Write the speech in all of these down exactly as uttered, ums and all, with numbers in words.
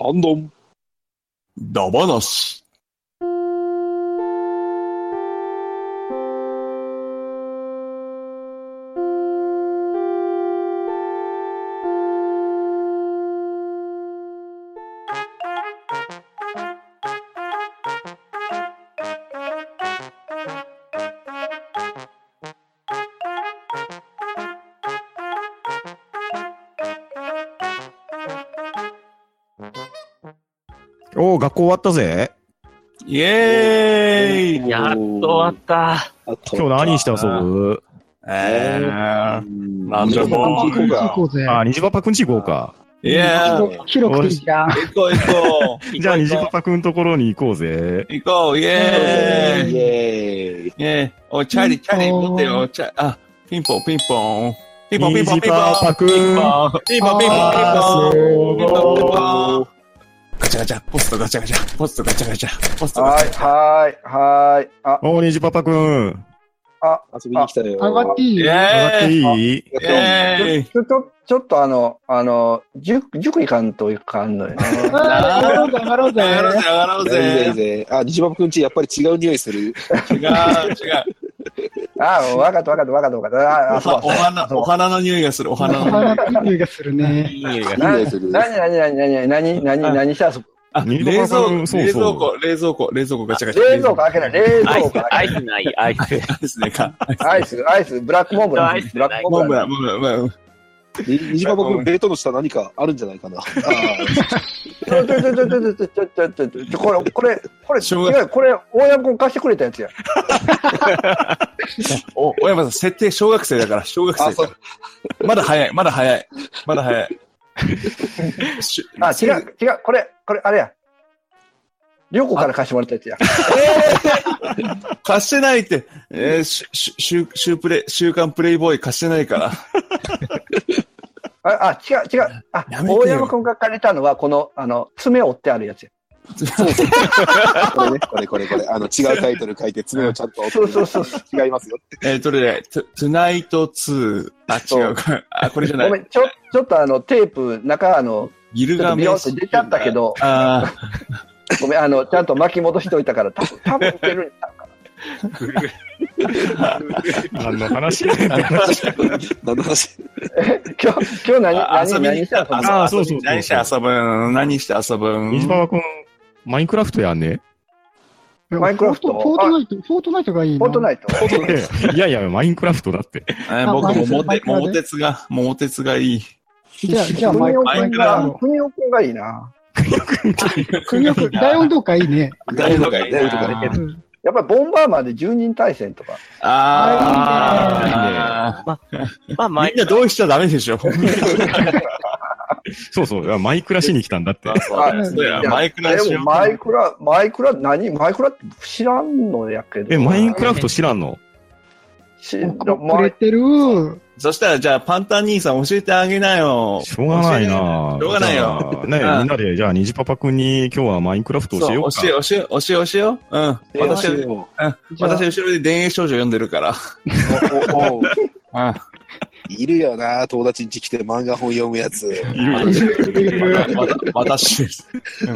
反論。 ダバなし。 おー、学校終わったぜ。 イエーイ。 やっと終わった。 今日何して遊ぶ？ えー、なんでも。 行こうぜ。 あ、虹パパくんち行こうか。 いやー。 広くていいじゃん。 行こう行こう。 じゃあ虹パパくんところに行こうぜ。 行こう、イエーイ。 イエーイ。 イェーイ。お、チャリ、チャリ、持ってよ。チャあ、ピンポン、ピンポン。ピンポン、ピンポン、ピンポン。 虹パパくん。 ピンポン、ピンポン、ピンポン。ピンポン、ピンポン、ピンポン。ガチャガチャ、ポストガチャガチャ、ポストガチャガチャ、ポストガチャガチャ。 はい、はい、はい。あ、 おー、虹パパくん。 あ、 遊びに来たよ。 上がっていい？ イ上がっていい？ イェーイ。 ちょ、ちょ、ちょっとあの、あの、塾、塾行かんといかんのよね。 上がろうぜ、上がろうぜ。 上がろうぜ、上がろうぜぜ。 ぜあ、虹パパくんちやっぱり違う匂いする。 違う、違う。 あ、わかったわかったわかったわかった。あ、そうお花、お花の匂いがする、お花おの花の匂いがするね。 匂いがする。 いい匂いする。 なになになになになになになにして遊ぶ？ あ、冷虹パ蔵庫、 パくんそうそう冷蔵庫、冷蔵庫、冷蔵庫ガチャガチャ。 冷蔵庫開けない、冷アイス蔵庫、 アイ開スない、アイス。 アイスねか。 アイス、アイス、ブラックモンブラン。 アイスブラックモモンブラン、 ンブラン。 モンブラン、モンブラン。 虹パパくん、ベートの下何かあるんじゃないかな。あちょちょちょちょちょちょちょちょちょちょ、これ、これ、これ、 しょうが違う、これ、大山君貸してくれたやつや。 お、小山さん、設定小学生だから、小学あ、そう生から。。まだ早い、まだ早い。まだ早い。しあ、違う、違う、これ、これ、あれや。りょうこから貸してもらったやつや。 貸してないって、えー、しし週、週プレ、週刊プレイボーイ貸してないから。 あ、あ、違う、違う。あ、 やめてよ大山君が借りたのは、この、あの、爪を折ってあるやつや。 これね、これこれこれ。あの、違うタイトル書いて、爪をちゃんと折って。 そうそうそう。 違いますよって。 えー、どれで、トゥナイトツー。あ、違うか。あ、これじゃない。 ごめん、ちょ、ちょっとあの、テープ、中、あの、 ギルちょっガメッシュ。 とビヨンって出ちゃったけど、 あごめん、あの、ちゃんと巻き戻しといたから、多分、多分いけるんちゃうか何の話？ 何の話？ な。今日、今日何、何、 あ遊びに何して遊ぶの？ あそうそうそう何して遊ぶん何して遊ぶん虹パパくん、マインクラフトやんね。 マインクラフトフォートナイト、フォートナイトがいいな。 フォートナイト。 いやいや、マインクラフトだって。 えー僕、 あ桃鉄、 マイクラで桃鉄が、桃鉄がいい。 じゃあ、じゃあ、 ふみおマイクくんが、ふみおくんがいいな。 国よく、大音動会いいね。 大とか、大とかね。 うんやっぱりボンバーマンでじゅうにん対戦とか。 あー。 まあ、マイみんな同意しちゃダメでしょ。 そうそう、いやマイクラしに来たんだって。 そうや、マイクラしよでもマイクラ、マイクラ、何マイクラって知らんのやけど。 え、マインクラフト知らんの？ し遅マイれてる。 そしたら、じゃあ、パンタン兄さん教えてあげなよ。 しょうがないな。 しょうがないよ。 ね、 うんみんなで、じゃあ、虹パパくんに今日はマインクラフト教えようか。 そう、教え、教え、教え、教えよう。うん。私、うん。 私も。 私、後ろで田園少女読んでるから。 おおうん。 いるよな、友達ん家来て漫画本読むやつ。 私です。 しょ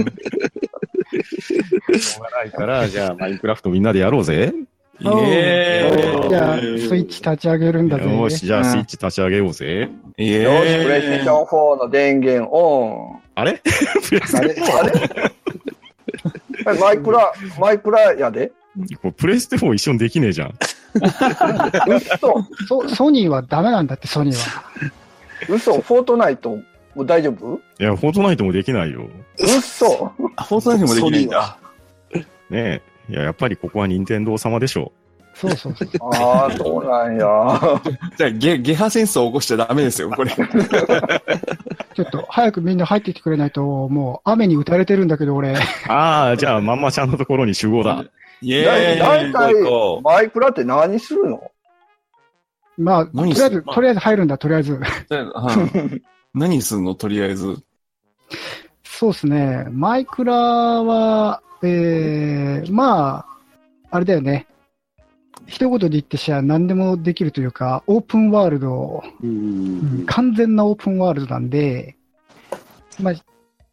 うがないから、じゃあ、マインクラフトみんなでやろうぜ。 イエーイ。 じゃあ、スイッチ立ち上げるんだぜ。 よし、じゃあ、スイッチ立ち上げようぜ。 イエよし、プレイステーーイ。 ションフォーの電源オン。 あれあれあれマイクラ、マイクラやで。 これプレステフォー一緒にできねえじゃん。 嘘、 ソソニーはダメなんだって、ソニーは。 嘘、フォートナイトもう大丈夫？ いや、フォートナイトもできないよ。 嘘。 放送でもできないんだ。 ねえ。いや、やっぱりここは任天堂様でしょそうそうそう。 ああ、そうなんや。 じゃあ、ゲ、ゲハ戦争を起こしちゃダメですよ、これ。 ちょっと、早くみんな入ってきてくれないと、もう雨に打たれてるんだけど、俺。 う。ああ、じゃあ、まんまちゃんのところに集合だ。 イエーイ。 だいたい行こマイクラって何するの？ まあ、と何りあえず、とりあえず入るんだ、とりあえず。 ううん何すんのとりあえず。 そうですね。マイクラは、えー、まあ、あれだよね。一言で言ってしゃ何でもできるというか、オープンワールド、 ううんん。 完全なオープンワールドなんで、まあ、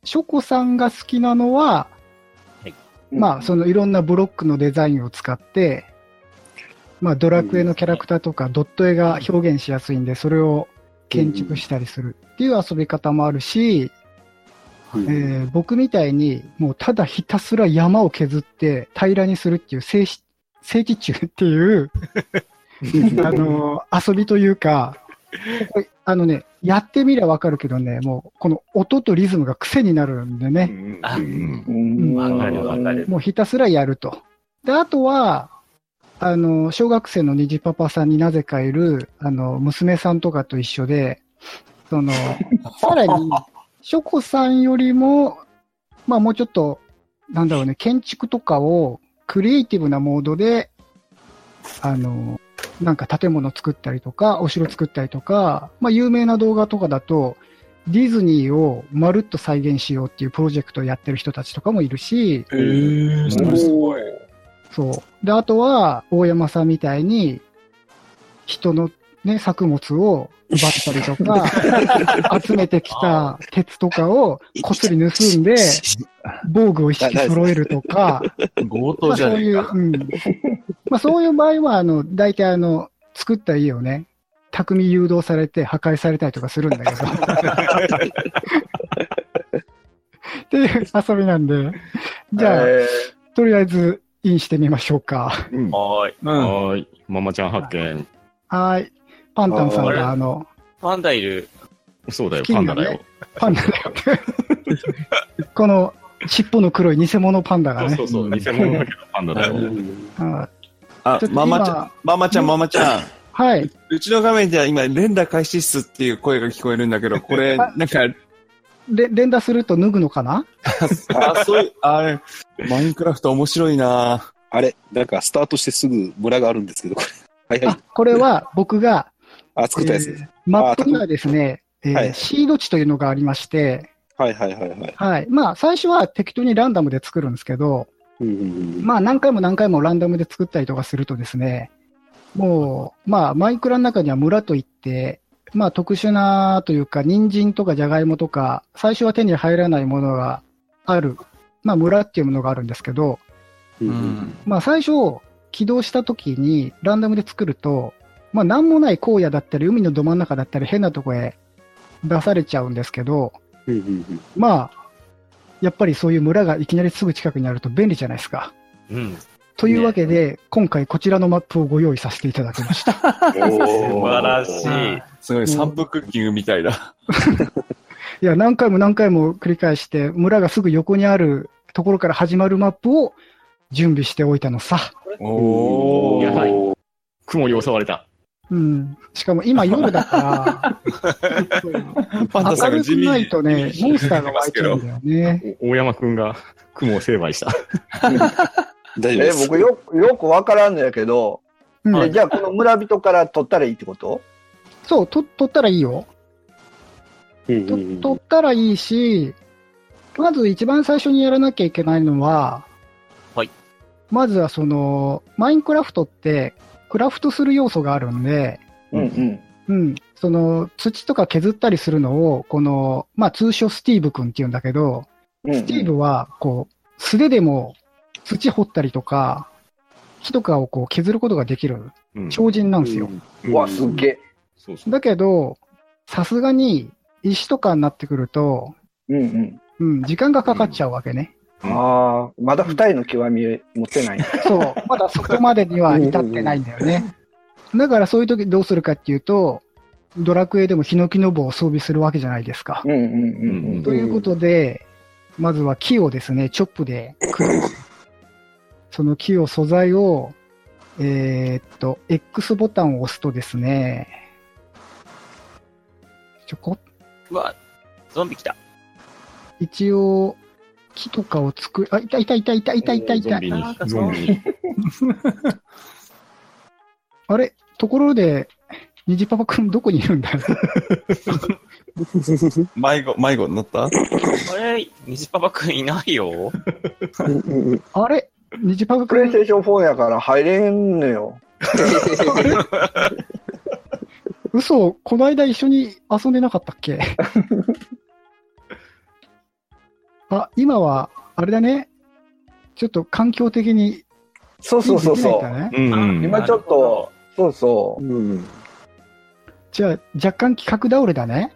ショコさんが好きなのは、 はい、 まあ、そのいろんなブロックのデザインを使って、まあ、ドラクエのキャラクターとかドット絵が表現しやすいんで、それを建築したりするっていう遊び方もあるし、 うんえー僕みたいにもうただひたすら山を削って平らにするっていう聖地聖地中っていうあのー遊びというか、これあのね、やってみればわかるけどね、もうこの音とリズムが癖になるんでね、 あ、 うんうんわかるわかる。 もうひたすらやると。で、あとは、あの、小学生の虹パパさんになぜかいる、あの、娘さんとかと一緒で、その、さらに、ショコさんよりも、まあもうちょっと、なんだろうね、建築とかをクリエイティブなモードで、あの、なんか建物作ったりとか、お城作ったりとか、まあ有名な動画とかだと、ディズニーをまるっと再現しようっていうプロジェクトをやってる人たちとかもいるし、 えー、すごいすごい。 そう。で、あとは、大山さんみたいに、人のね、作物を奪ったりとか、集めてきた鉄とかをこっそり盗んで、防具を一式揃えるとか、 強まあ盗じゃねえそういう、うん。まあそういう場合は、あの、大体あの、作った家をね、巧み誘導されて破壊されたりとかするんだけど。っていう遊びなんで、じゃあ、 えとりあえず、インしてみましょうか。 うんはーい。 うん。 はーい。ママちゃん発見。 はーい。パンタンさんあれが、あの、 パンダいる。 そうだよ、 金がねパンダだよ。 パンダだよ。この、尻尾の黒い偽物パンダがね。 そうそうそう、偽物だけどパンダだよ。 はいあちょっ、とママちゃん今、 ママちゃん、ママちゃん。 はい。 うちの画面では今、連打開始室っていう声が聞こえるんだけど、これ、 あなんか、 で、連打すると脱ぐのかなあ、そういう、あれ、マインクラフト面白いなあれ、なんかスタートしてすぐ村があるんですけど、これ。はいはあい。、 これは僕が、 あ、作ったやつです。 えーマップにはですね、えーはいシード地というのがありまして、 はいはいはいはい。 はい。まあ、最初は適当にランダムで作るんですけど、 うんうんうん。 まあ、何回も何回もランダムで作ったりとかするとですね、もう、まあ、マイクラの中には村といって、まあ、特殊なというか、人参とかジャガイモとか、最初は手に入らないものがある、まあ、村っていうものがあるんですけど、 うんううんん。 まあ、最初、起動した時にランダムで作ると、まあ、なんもない荒野だったり、海のど真ん中だったり、変なとこへ出されちゃうんですけど、 うんうんうん。 まあ、やっぱりそういう村がいきなりすぐ近くにあると便利じゃないですか。 うん。 というわけで、今回こちらのマップをご用意させていただきました。 素晴らしい。 すごい、三分クッキングみたいだ。 いや、何回も何回も繰り返して、村がすぐ横にあるところから始まるマップを準備しておいたのさ。 おやばいー。 雲に襲われた。 うん。しかも今夜だから、 パンダさん明るくが地味にないとね、モンスターが湧いちゃうんだよね。 お大山くんが雲を成敗した。 え大丈夫です。 僕よ、よくわからんのやけど、 うんえじゃあこの村人から取ったらいいってことそう、と、取ったらいいよ。とうんうんうん取ったらいいし、まず一番最初にやらなきゃいけないのは、 はい。 まずはその、マインクラフトって、クラフトする要素があるんで、 うんうん。 うん、その、土とか削ったりするのを、この、まあ通称スティーブ君って言うんだけど、 うんうんスティーブは、こう、素手でも土掘ったりとか、木とかをこう削ることができるうん超人なんですよ。 うわ、すっげえ。 そうそう。 だけど、さすがに石とかになってくると、 うんうん。 うん、時間がかかっちゃうわけね。 ああ、まだ二人の極み持ってない。 そう、まだそこまでには至ってないんだよね。だからそういう時どうするかっていうと、ドラクエでもヒノキの棒を装備するわけじゃないですか。 うんうんうんうん。 ということで、まずは木をですね、チョップでくる。その木を素材を、えーっと、X ボタンを押すとですね、ちょこ、 うわ、ゾンビ来た。 一応、木とかを作る、あ、いたいたいたいたいたいたいたゾンビ。に、ゾンビに。 あれところで、虹パパくんどこにいるんだよ。 迷子、迷子になったあれ、虹パパくんいないよ。 あれ虹パパプレイくんステーションフォーやから入れんのよ。 嘘、この間一緒に遊んでなかったっけあ、今は、あれだね。ちょっと環境的に、 そうそうそうそう。 ね、 うんうん、 今ちょっと、そうそう。 うん。 じゃあ、若干企画倒れだね。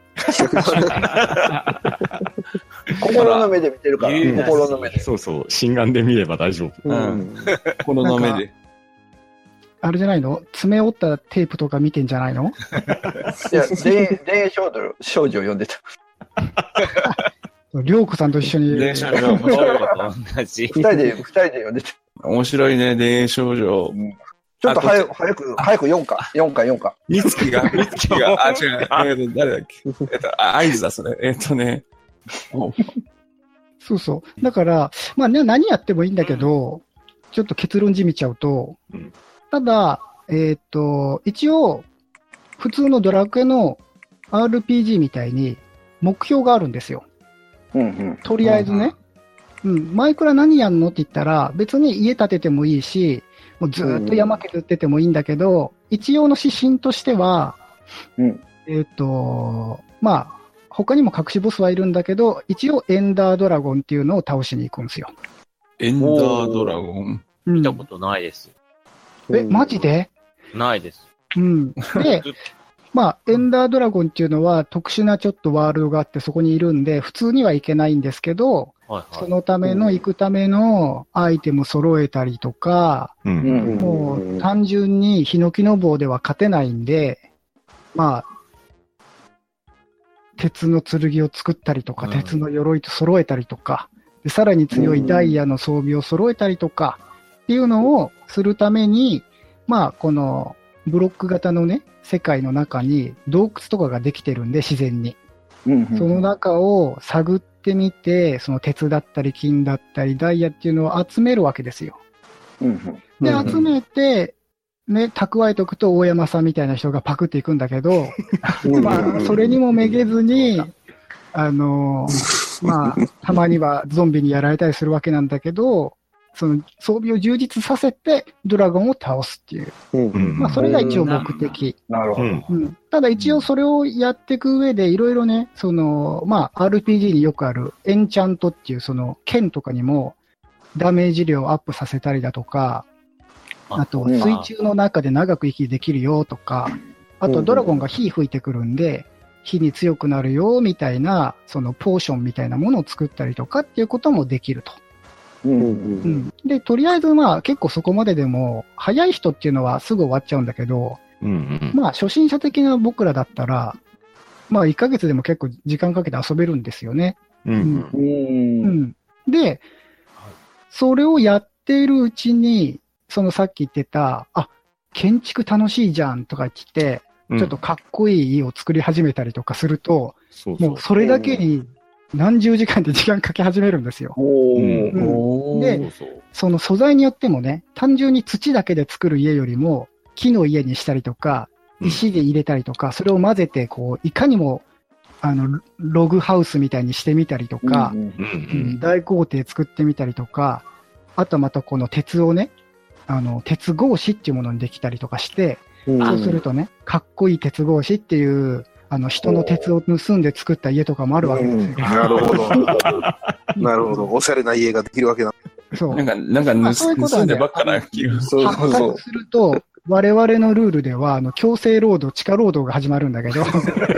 心の目で見てるから、心の目で。 そうそう、心眼で見れば大丈夫。 うん。心の目で。 あれじゃないの爪折ったテープとか見てんじゃないのいや、田園少女、少女を読んでた。 りょうこさんと一緒に。 田園少女面白いか同じ。 二人で、二人で読んでた。 面白いね、田園少女。 うんちょっと早く、早く、早くよんか。よんか、よんか。 みつきが、みつきが、あ、違う、えっと、誰だっけ。えっと、あ、合図だ、それ。えっとね。 そうそう。だから、まあね、何やってもいいんだけど、ちょっと結論じみちゃうと、うん、ただ、えっと、一応、普通のドラクエの アールピージー みたいに目標があるんですよ。 うんうん、 とりあえずね。うん、うん、マイクラ何やんのって言ったら、別に家建ててもいいし、もうずーっと山削っててもいいんだけど、うん、一応の指針としては、うん、えっと、まあ、他にも隠しボスはいるんだけど、一応エンダードラゴンっていうのを倒しに行くんですよ。 エンダードラゴン見たことないです。 え、マジで？ ないです。 うん。で、まあ、エンダードラゴンっていうのは特殊なちょっとワールドがあってそこにいるんで、普通には行けないんですけど、はいはい、そのための、行くためのアイテム揃えたりとか、うん、もう単純にヒノキの棒では勝てないんで、まあ、鉄の剣を作ったりとか、うん、鉄の鎧と揃えたりとか、でさらに強いダイヤの装備を揃えたりとかっていうのをするために、まあ、このブロック型のね、世界の中に洞窟とかができてるんで、自然に。うんうん、その中を探ってみて、その鉄だったり金だったりダイヤっていうのを集めるわけですよ。うんうん、で、集めて、ね、蓄えとくと大山さんみたいな人がパクっていくんだけど、まあ、それにもめげずに、あの、まあ、たまにはゾンビにやられたりするわけなんだけど、その装備を充実させてドラゴンを倒すっていう。うん、まあ、それが一応目的。 なるほど。 うん。ただ一応それをやっていく上でいろいろね、その、まあ、アールピージー によくあるエンチャントっていうその剣とかにもダメージ量をアップさせたりだとか、あと水中の中で長く息できるよとか、あとドラゴンが火吹いてくるんで、火に強くなるよみたいな、そのポーションみたいなものを作ったりとかっていうこともできると。うんうんうん、で、とりあえずまあ結構そこまででも、早い人っていうのはすぐ終わっちゃうんだけど、うんうん、まあ初心者的な僕らだったら、まあいっかげつでも結構時間かけて遊べるんですよね。うんうんうん、で、それをやっているうちに、そのさっき言ってた、あ、建築楽しいじゃんとか言って、うん、ちょっとかっこいい家を作り始めたりとかすると、そうそうもうそれだけに何十時間で時間かけ始めるんですよ。うん、で、その素材によってもね、単純に土だけで作る家よりも、木の家にしたりとか、石で入れたりとか、それを混ぜて、こう、いかにも、あの、ログハウスみたいにしてみたりとか、うん、大工程作ってみたりとか、あとまたこの鉄をね、あの、鉄格子っていうものにできたりとかして、うん、そうするとね、かっこいい鉄格子っていう、あの、人の鉄を盗んで作った家とかもあるわけですよ。うん、 なるほど。なるほど。おしゃれな家ができるわけだ。 そう。 なんか、なんか、まあ、そういうことは、ね、盗んでばっかな気がする。 発覚すると、我々のルールでは、あの、強制労働、地下労働が始まるんだけど。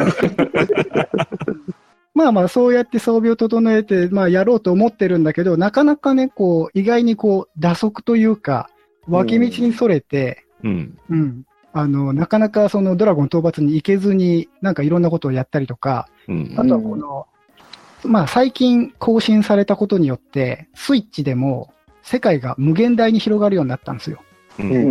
まあまあ、そうやって装備を整えて、まあ、やろうと思ってるんだけど、なかなかね、こう、意外にこう、打足というか、脇道にそれて、うん。うん。あの、なかなかそのドラゴン討伐に行けずに、なんかいろんなことをやったりとか、うん、あとはこの、まあ最近更新されたことによって、スイッチでも世界が無限大に広がるようになったんですよ。うんうん、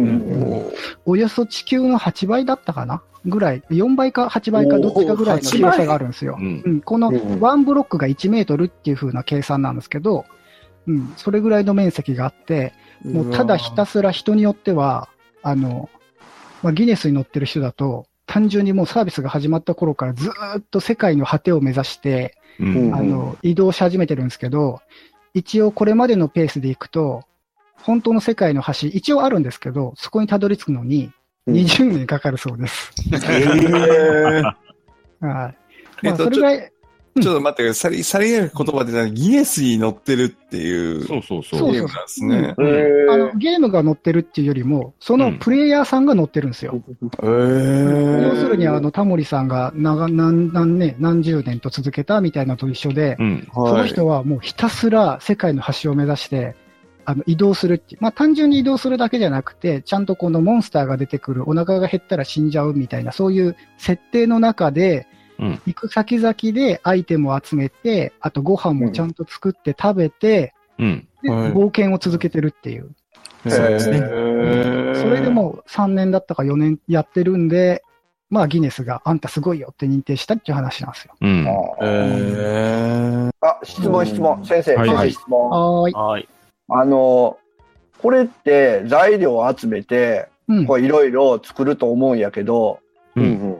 およそ地球のはちばいだったかなぐらい、よんばいかはちばいかどっちかぐらいの広さがあるんですよ。うんうん、このワンブロックがいちメートルっていう風な計算なんですけど、うん、それぐらいの面積があって、もうただひたすら人によっては、あの、まあ、ギネスに載ってる人だと、単純にもうサービスが始まった頃からずーっと世界の果てを目指して、うん、あの、移動し始めてるんですけど、一応これまでのペースでいくと、本当の世界の橋、一応あるんですけど、そこにたどり着くのににじゅうねんかかるそうです。へ、うん、ー。はい。まあ、それぐらい、 ちょっと待って、さり、さりげなく言葉でギネスに載ってるっていうそうそうそう。 そうゲームなんですね。 あの、ゲームが載ってるっていうよりも、そのプレイヤーさんが載ってるんですよ。 へー要するに、あの、タモリさんが長、何、何年、何十年と続けたみたいなのと一緒で、 うん。 その人はもうひたすら世界の端を目指して、あの、移動するっていう。まあ、単純に移動するだけじゃなくて、ちゃんとこのモンスターが出てくる、お腹が減ったら死んじゃうみたいな、そういう設定の中で、 うん。 行く先々でアイテムを集めて、あとご飯もちゃんと作って食べて、 うん。 ではい冒険を続けてるっていう。 そうですねへーそれでもうさんねんだったかよねんやってるんで、まあギネスがあんたすごいよって認定したっていう話なんですよ。 うん。 へーあ、質問質問。先生、 はい先生質問。 はーい。 はい。 あの、これって材料を集めて、 うん。 こういろいろ作ると思うんやけど、 うんうん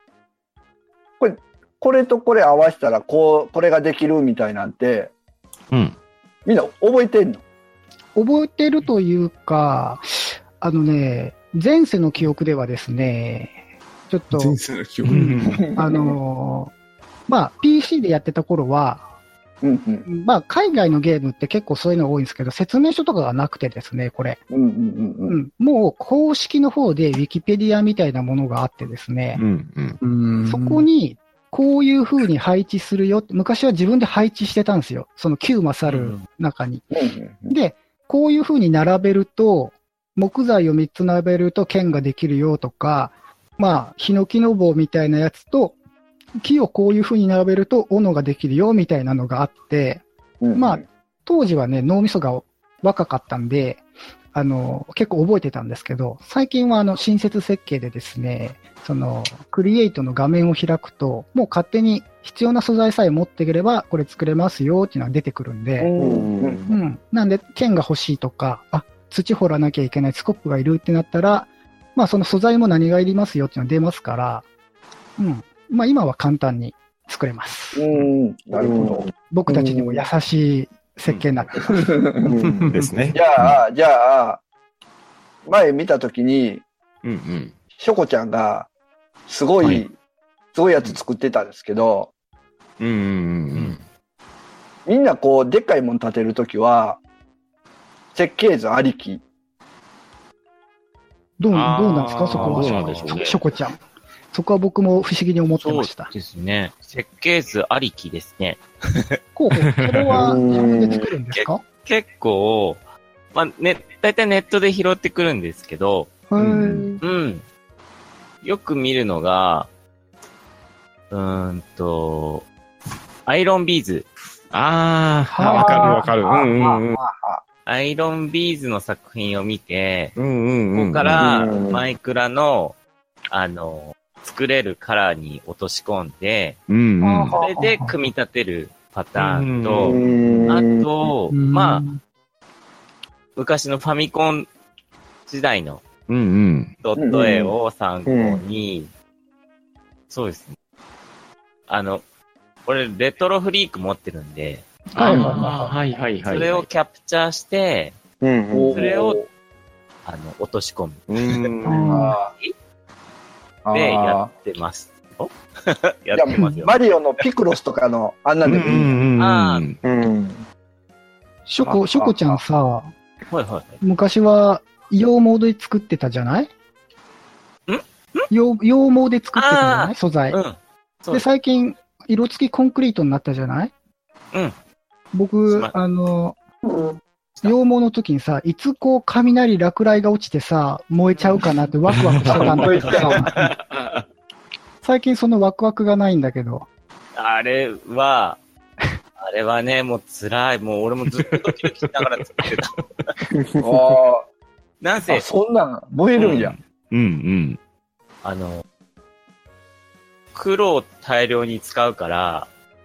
これとこれ合わせたらこう、これができるみたいなんて、 うん。 みんな覚えてんの？ 覚えてるというか、あのね、前世の記憶ではですね、ちょっと、 人生の記憶。 うん。 あのーまあ ピーシー でやってた頃は、 うんうんまあ海外のゲームって結構そういうの多いんですけど、説明書とかがなくてですね、これ。 うんうんうんう。ん、もう公式の方でウィキペディアみたいなものがあってですね、 うん。うん。 そこにこういう風に配置するよって、昔は自分で配置してたんですよ。そのきゅうマスある中に。 うんうんで、こういう風に並べると、木材をみっつ並べると剣ができるよとか、まあ、ヒノキの棒みたいなやつと、木をこういう風に並べると斧ができるよみたいなのがあって、 うんまあ、当時はね、脳みそが若かったんで、あの、結構覚えてたんですけど、最近はあの、新設設計でですね、その、クリエイトの画面を開くと、もう勝手に必要な素材さえ持ってくれば、これ作れますよっていうのが出てくるんで、 うんうんうん。なんで、剣が欲しいとか、あ、土掘らなきゃいけないスコップがいるってなったら、まあその素材も何がいりますよっていうのが出ますから、うん。まあ今は簡単に作れます。 うん、なるほど。 僕たちにも優しい設計になってます。 うんですね。 じゃあ、じゃあ、前見たときに、 うん。うん。 ショコちゃんが、すごい、 はいすごいやつ作ってたんですけど、 うん。うん。 みんなこう、でっかいもん建てるときは、設計図ありき。 どう、どうあーなんですかそこは。 どうなんでしょうねショコちゃん。そこは僕も不思議に思ってそうました。 ですね。設計図ありきですね。 こう、それは自分で作るんですか結構、まあ、ね、だいたいネットで拾ってくるんですけど、 へーうん。よく見るのが、うーんと、アイロンビーズ。 ああ、 はあわかるわかる。うんうんうん。 アイロンビーズの作品を見て、 うんうんうん。 ここからうんマイクラの、あの、作れるカラーに落とし込んで、 うんうん。 それで組み立てるパターンうと、 んあと、 うんまあ、昔のファミコン時代のうんうん。 ドット絵を参考に、そうですね。あの、俺、レトロフリーク持ってるんで、 はいはいあーはいはいはい。 それをキャプチャーして、 うんそれを、あの、落とし込む。 うん。 あーで、やあってますよ。やー。 ってますよ。 マリオのピクロスとかの、あんなんでもいい。 うんあうん。 うんショコ、ショコちゃんさ、 はいはいはい。 昔は羊毛で作ってたじゃない羊羊毛で作ってたじゃなあい素材。 うん。そうで、 です。 最近、色付きコンクリートになったじゃないうん。し僕ま、 あの、羊毛の時にさ、いつこう雷落雷が落ちてさ、燃えちゃうかなってワクワクしてたんだけどさ、最近そのワクワクがないんだけど。 あれは、あれはね、もう辛い。もう俺もずっとドキドキしながら作ってた。 あーなんせあ、、そんなん燃えるんや。 うんうん。 あの、黒を大量に使うから、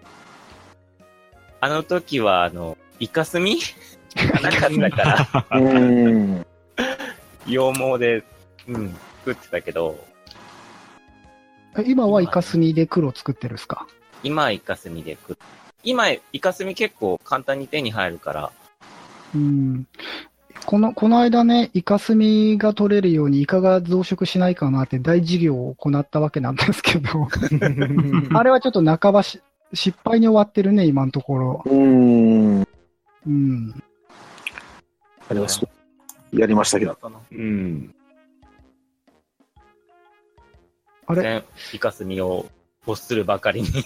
あの時は、あの、イカスミがなかったから、 うん羊毛で、うん、作ってたけど、 え今はイカスミで黒作ってるっすか今はイカスミで食う。今、イカスミ結構簡単に手に入るから、 うん。この、この間ね、イカスミが取れるようにイカが増殖しないかなって大事業を行ったわけなんですけど、あれはちょっと半ばし失敗に終わってるね、今のところ。 うーん。 うん。 あります。やりましたけど。 うん。 あれイカスミを欲するばかりに。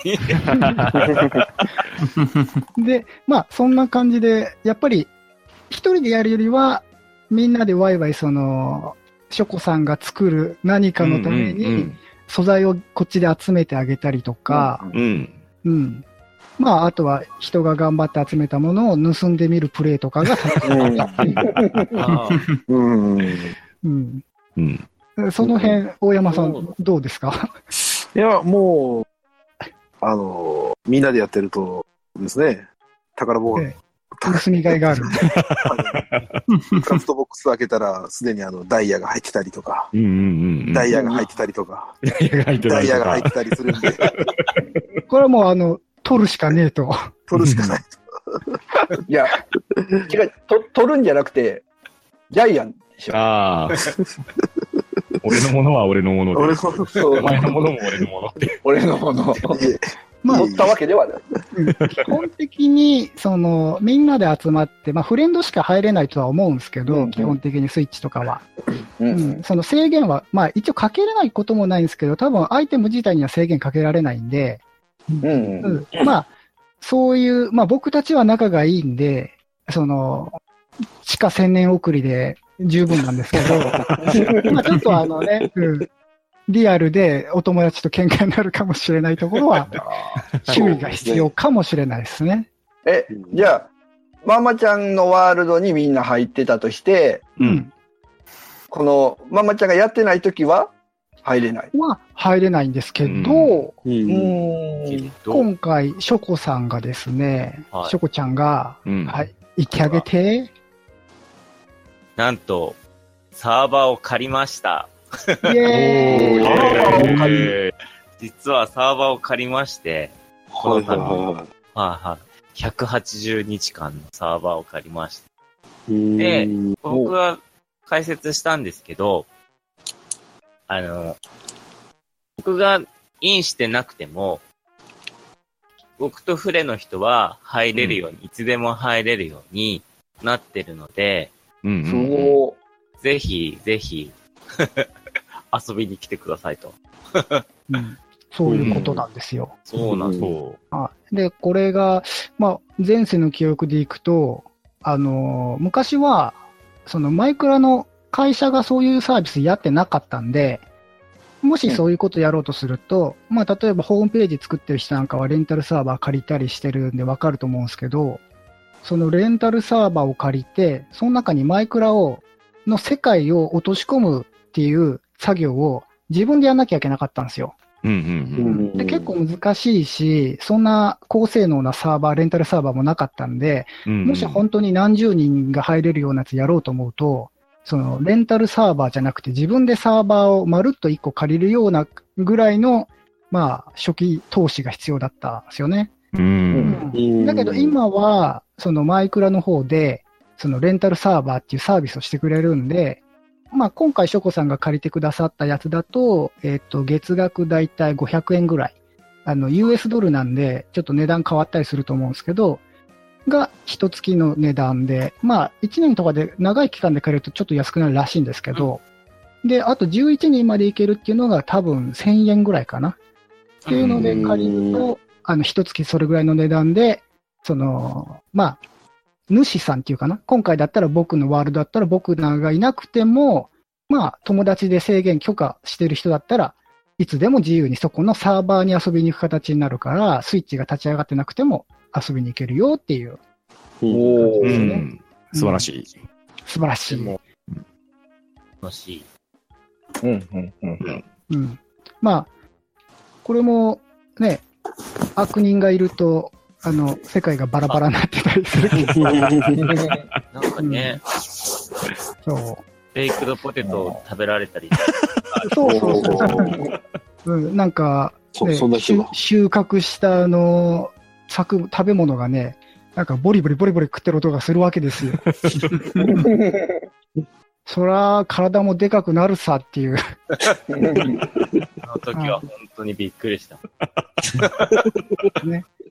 で、まあ、そんな感じで、やっぱり、一人でやるよりは、みんなでワイワイ、その、ショコさんが作る何かのために、素材をこっちで集めてあげたりとか、 うん。 うん。まあ、あとは人が頑張って集めたものを盗んでみるプレイとかが楽しみだったり。 うん。 うん。 うん。 その辺、大山さん、どうですか？ いや、もう、あの、みんなでやってるとですね、宝物、 ええ、盗みがいがある。 クラフトボックス開けたら、すでにあの、ダイヤが入ってたりとか、 うんうんうん、 ダイヤが入ってたりとか、 ダイヤが入ってたりとか、 ダイヤが入ってたりするんで。 これはもう、あの、取るしかねえと。 取るしかないと。いや、違う、と取るんじゃなくて、ジャイアンでしょ。 ああ。俺のものは俺のもので。 俺のもの。 お前のものも俺のものって。 俺のもの。まあ、取ったわけではない。 基本的に、その、みんなで集まって、まあ、フレンドしか入れないとは思うんですけど、うんうん、基本的にスイッチとかは。うんうん、その制限は、まあ、一応かけれないこともないんですけど、多分アイテム自体には制限かけられないんで、うんうんうん、まあ、そういう、まあ、僕たちは仲がいいんで、その、地下千年送りで十分なんですけど、まあちょっとあのね、うん、リアルでお友達と喧嘩になるかもしれないところは、注意が必要かもしれないですね。 え、じゃあ、ママちゃんのワールドにみんな入ってたとして、うん、このママちゃんがやってないときは入れないは入れないんですけど、うん、今回、ショコさんがですね、はい、ショコちゃんが、うん、はい、行ってあげて。 なんと、サーバーを借りました。 イェーイ実はサーバーを借りまして、この度、はいはい、ひゃくはちじゅうにちかんのサーバーを借りました。で、僕は解説したんですけど、あの、僕がインしてなくても、僕とフレの人は入れるように、うん、いつでも入れるようになってるので、 うんうんそう。 ぜひ、ぜひ、遊びに来てくださいと。 うん、そういうことなんですよ。 うん、そうなんです。 あで、これが、まあ、前世の記憶でいくと、あのー、昔は、そのマイクラの会社がそういうサービスやってなかったんで、もしそういうことやろうとすると、うん、まあ、例えばホームページ作ってる人なんかはレンタルサーバー借りたりしてるんでわかると思うんですけど、そのレンタルサーバーを借りて、その中にマイクラを、の世界を落とし込むっていう作業を自分でやんなきゃいけなかったんですよ。 うんうんうん、 で結構難しいし、そんな高性能なサーバー、レンタルサーバーもなかったんで、うんうん、もし本当に何十人が入れるようなやつやろうと思うと、そのレンタルサーバーじゃなくて自分でサーバーをまるっといっこ借りるようなぐらいの、まあ、初期投資が必要だったんですよね。 うんうん、だけど今は、そのマイクラの方で、そのレンタルサーバーっていうサービスをしてくれるんで、まあ今回ショコさんが借りてくださったやつだと、えっと、月額だいたいごひゃくえんぐらい。あの、ユーエス ドルなんで、ちょっと値段変わったりすると思うんですけど、が、一月の値段で、まあいちねんとかで長い期間で借りるとちょっと安くなるらしいんですけど、うん、で、あとじゅういちにんまでいけるっていうのが多分せんえんぐらいかな。っていうので借りると、あの、一月それぐらいの値段で、その、まあ、主さんっていうかな。今回だったら僕のワールドだったら僕らがいなくても、まあ、友達で制限許可してる人だったら、いつでも自由にそこのサーバーに遊びに行く形になるから、スイッチが立ち上がってなくても遊びに行けるよっていう、 おー、ね、うん。素晴らしい。うん、 素晴らしい。 素晴らしい。 うん、うん、うん。 うん。まあ、これも、ね、悪人がいると、あの、世界がバラバラになってたりする。 なんかね、 そう。 ベイクドポテトを食べられたり。 そうそうそう。うん、なんか、ね、そんな収穫したあの、作、食べ物がね、なんかボリボリボリボリ食ってる音がするわけですよ。そら、体もでかくなるさっていう。 あの時は本当にびっくりした。 ね、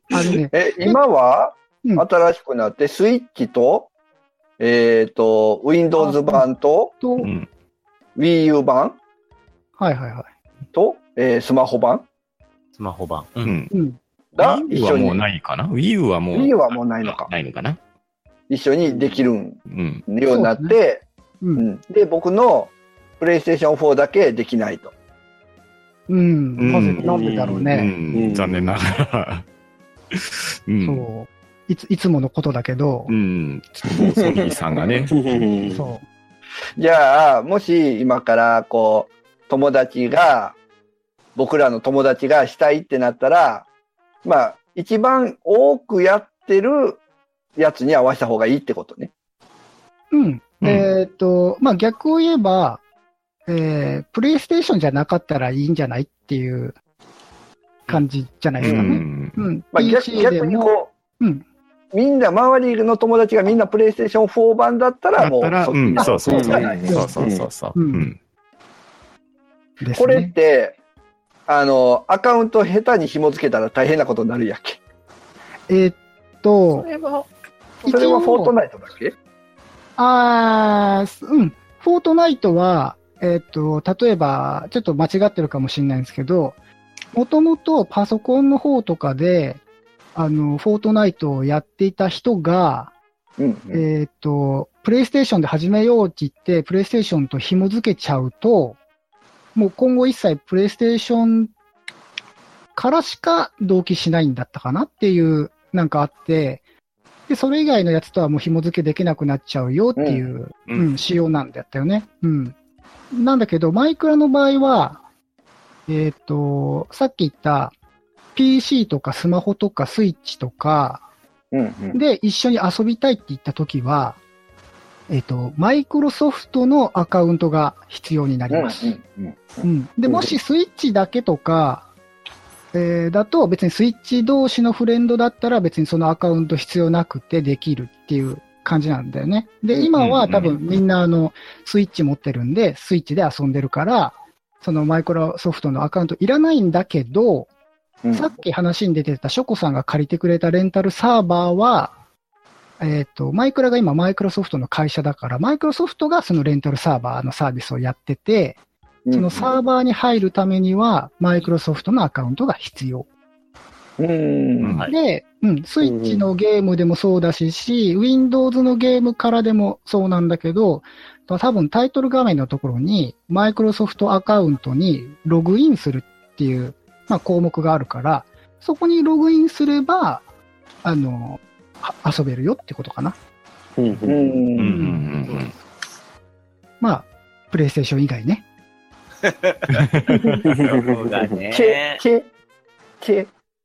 あのね、 え、今は、 うん新しくなって、スイッチと、えっ、と、Windows 版と、 と、 うん。 Wii U 版はいはいはい。 と、えースマホ版スマホ版。う。 うんん。 うん。 が Wii U 一緒にはもう、ないかな ?Wii U はもう。 Wii U はもうないのか。 ないのかな。 一緒にできるんうん。 ようになって、 う。 うんんで、僕の PlayStation フォーだけできないと。 うん。なぜ、 うんなんでだろううね。 ん。残念ながら。うん。 そう。いつ、いつものことだけどう、ん。ちょっともうソニーさんがね。 そじゃあ、もし今から、こう、友達が、僕らの友達がしたいってなったら、まあ、一番多くやってるやつに合わせた方がいいってことね。 う。うん。 うんえっと、まあ逆を言えば、えー、プレイステーションじゃなかったらいいんじゃないっていう感じじゃないですかね。 うん。 うん。 まあ、逆ピーシー で逆にも、 こう、 うん。 みんな、周りの友達がみんなプレイステーションフォー版だったら、もうだったら、うん、 そっちのそうそうそう。 うんそうそうそうそう。 ううんん。 ですね。 これって、あの、アカウント下手に紐付けたら大変なことになるやっけ。 えーっと、 れは、 それはフォートナイトだけあー、うん。フォートナイトは、えーっと、例えば、ちょっと間違ってるかもしれないんですけど、もともとパソコンの方とかで、あの、フォートナイトをやっていた人が、 うんうん。 えーっと、プレイステーションで始めようって言って、プレイステーションと紐付けちゃうと、もう今後一切プレイステーションからしか同期しないんだったかなっていう、なんかあって、で、それ以外のやつとはもう紐付けできなくなっちゃうよっていう、 ううんん、仕様なんだったよね。うん。なんだけど、マイクラの場合は、えっ、と、さっき言った ピーシー とかスマホとかスイッチとかうんうん。 で一緒に遊びたいって言ったときは、えっ、と、マイクロソフトのアカウントが必要になります。 うんうんうん。で、もしスイッチだけとか、えーだと別にスイッチ同士のフレンドだったら別にそのアカウント必要なくてできるっていう感じなんだよね。で、今は多分みんなあの、スイッチ持ってるんで、スイッチで遊んでるから、そのマイクロソフトのアカウントいらないんだけど、 うん。 さっき話に出てたショコさんが借りてくれたレンタルサーバーは、えっ、と、マイクラが今マイクロソフトの会社だから、マイクロソフトがそのレンタルサーバーのサービスをやってて、そのサーバーに入るためには、マイクロソフトのアカウントが必要。 うん。 はいで、うん、スイッチのゲームでもそうだし、し、Windows のゲームからでもそうなんだけど、多分タイトル画面のところに、マイクロソフトアカウントにログインするっていう、まあ、項目があるから、そこにログインすれば、あの、は遊べるよってことかな。 うん。 うんうんうんまあ、プレイステーション以外ね。 そうだけ、 ね。 け、け。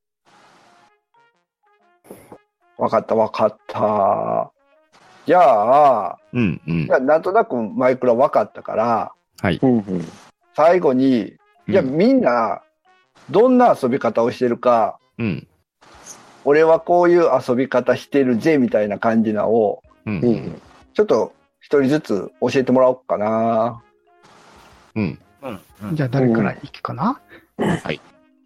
わかったわかった。じゃあ、 うんうんじゃあなんとなくマイクラわかったから、 はい。 最後に、じゃあうんみんな、どんな遊び方をしてるか、 うん俺はこういう遊び方してるぜ、みたいな感じなのを、 うんちょっと一人ずつ教えてもらおうかな。 うんうん。うん。 じゃあ誰から行くかな、 はい。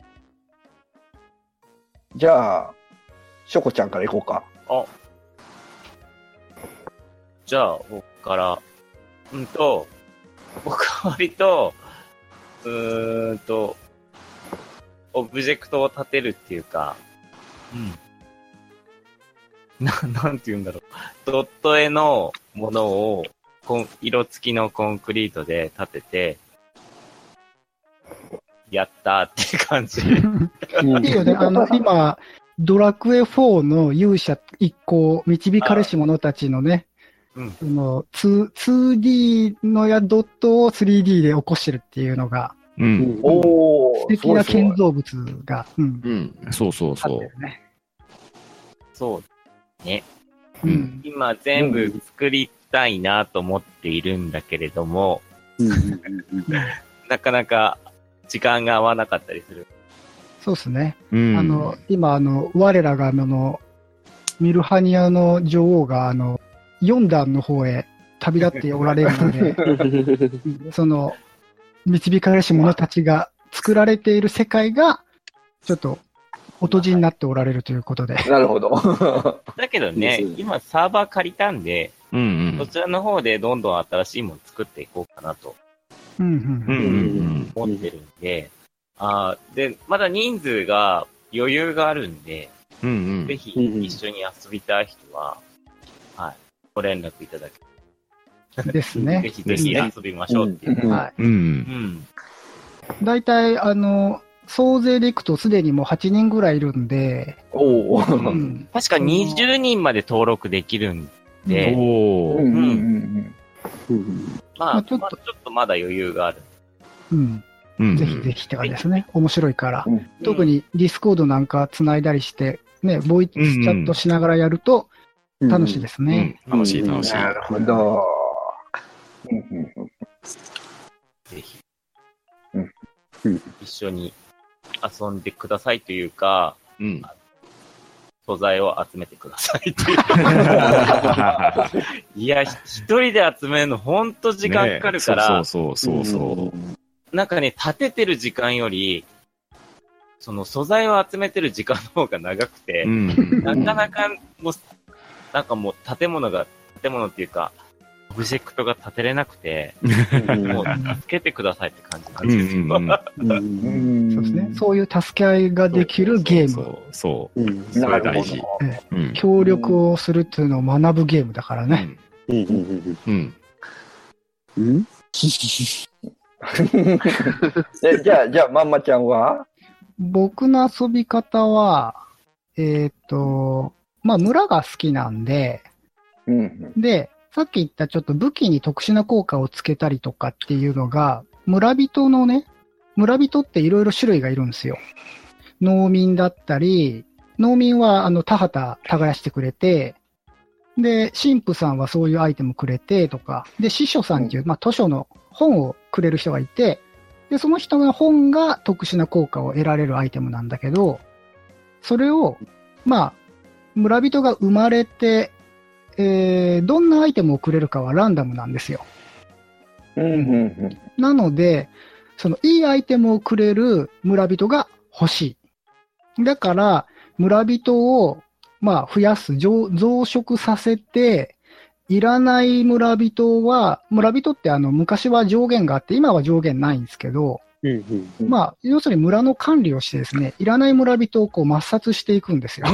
じゃあ、しょこちゃんから行こうか。 あ。じゃあ、僕から。うんと、僕は割と、うーんと、オブジェクトを立てるっていうか、うん。な、なんて言うんだろう。ドット絵のものを、こん色付きのコンクリートで立てて、やったーって感じ。 いいよね。あの、今、ドラクエフォーの勇者一行、導かれし者たちのね、 うんその ツー、ツーディー のやドットを スリーディー で起こしてるっていうのが、 うんおー、 素敵な建造物が、うん、 うん。そうそうあっそう。 てるね。 そう。ね。 ううんん。 今全部作りたいなと思っているんだけれども、なかなか時間が合わなかったりする。 そうですね。 うんあの、今、あの、我らが、あの、ミルハニアの女王が、あの、よん段の方へ旅立っておられるので、その、導かれし者たちが作られている世界が、ちょっとお閉じになっておられるということで。 なるほど。 だけどね、今サーバー借りたんで、 うんうん。 そちらの方でどんどん新しいもの作っていこうかなとうんうんうんうん思ってるんで、あーで、まだ人数が余裕があるんで、 うん。うんうん。 ぜひ一緒に遊びたい人は、はい、ご連絡いただけぜですね。 ひぜひ遊びましょうっていう。 うんはうん。 うん。 い。大体、あの、総勢でいくとすでにもうはちにんぐらいいるんで、 おお。 うん。 確かにじゅうにんまで登録できるんで、 おー。 うんうんうんまあ、 まあちょっとまあちょっとまだ余裕がある。 うん。 うんぜひぜひって感じですね。面白いから。 うん特にディスコードなんか繋いだりして、ね、ボイスチャットしながらやるとうん。 楽しいですね。 うん。楽しい楽しい。 なるほど。うんうんうんぜひうんうん。 一緒に遊んでくださいというか、 うん。 素材を集めてくださいという。いや、ひ一人で集めるのほんと時間かかるから、 ねそうそうそうそう。 なんかね、立ててる時間より、その素材を集めてる時間の方が長くて、 うん。 なかなかもう、なんかもう建物が、建物っていうか、オブジェクトが建てれなくて、もう助けてくださいって感じなんうんですよ。 うんうん。 うん。 そうですね。そういう助け合いができるゲーム。 そうそう。 うん。 そなるほれ大事。 ど。 うん。 協力をするっていうのを学ぶゲームだからね。 うん。うん。 うん。 うん。 えじゃあ、じゃあ、まんまちゃんは僕の遊び方は、えっと、まあ村が好きなんで、 うん。 で、さっき言ったちょっと武器に特殊な効果をつけたりとかっていうのが、村人のね、村人っていろいろ種類がいるんですよ。農民だったり、農民はあの田畑耕してくれて、で、神父さんはそういうアイテムくれてとか、で、司書さんっていう、まあ図書の本をくれる人がいて、で、その人の本が特殊な効果を得られるアイテムなんだけど、それを、まあ、村人が生まれて、えー、どんなアイテムをくれるかはランダムなんですよ。 うんうんなので、そのいいアイテムをくれる村人が欲しい。だから、村人を、まあ、増やす、増増殖させて、いらない村人は、村人ってあの、昔は上限があって、今は上限ないんですけど、 うん。 まあ、要するに村の管理をしてですね、いらない村人をこう抹殺していくんですよ。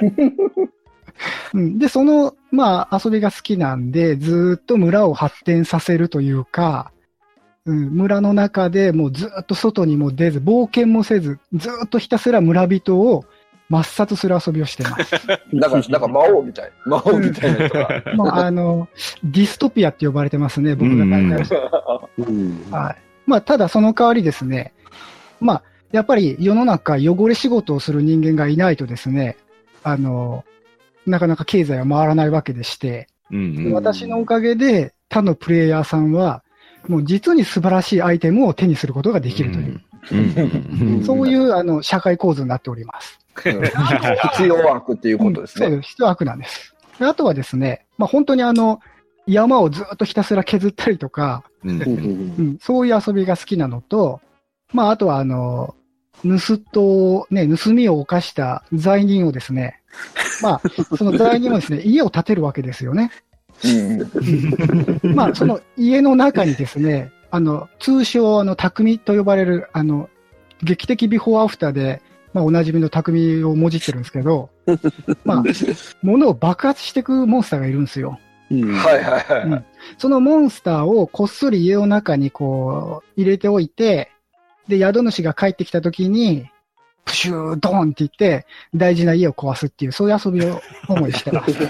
うん、で、その、まあ、遊びが好きなんで、ずーっと村を発展させるというか、うん、村の中でもうずーっと外にも出ず、冒険もせず、ずーっとひたすら村人を抹殺する遊びをしてます。 だから、なんか魔王みたい。魔王みたいな人が。 まあ、あの、ディストピアって呼ばれてますね、僕が大体。 うん。 はい。まあ、ただその代わりですね、まあ、やっぱり世の中汚れ仕事をする人間がいないとですね、あの、なかなか経済は回らないわけでして、 うんうん。 私のおかげで他のプレイヤーさんは、もう実に素晴らしいアイテムを手にすることができるという、 うんうん。 そういうあの社会構造になっております。 必要枠っていうことですね。 そうです。一枠なんです。であとはですね、まあ本当にあの、山をずっとひたすら削ったりとか、 うんうん。 うん、そういう遊びが好きなのと、まああとはあの、盗人をね、盗みを犯した罪人をですね、まあ、その罪人はですね、家を建てるわけですよね。 うんまあ、その家の中にですね、あの、通称、あの、匠と呼ばれる、あの、劇的ビフォーアフターで、まあ、おなじみの匠をもじってるんですけど、まあ、物を爆発していくモンスターがいるんですよ。 うん。 はいはいはい。 そのモンスターをこっそり家の中にこう、入れておいて、で、宿主が帰ってきた時に、プシュードーンって言って、大事な家を壊すっていう、そういう遊びを主にしてます。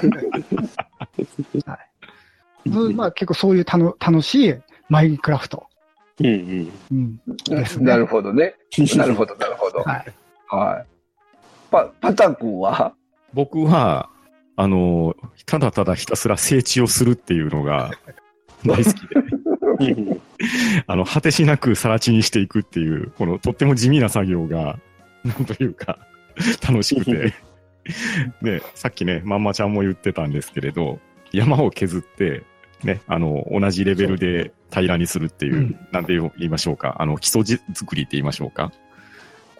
はいそうまあ、結構そういうたの楽しいマインクラフト。 うんうん。 うん、ですね。 なるほどね。なるほど、なるほど。 はい。 はい。パ、パタン君は僕は、あの、ただただひたすら整地をするっていうのが大好きで、あの、果てしなく更地にしていくっていう、このとっても地味な作業が、なんというか、楽しくて。で、さっきね、まんまちゃんも言ってたんですけれど、山を削って、ね、あの、同じレベルで平らにするっていう、 うんなんて言いましょうか、あの、基礎作りって言いましょうか。こ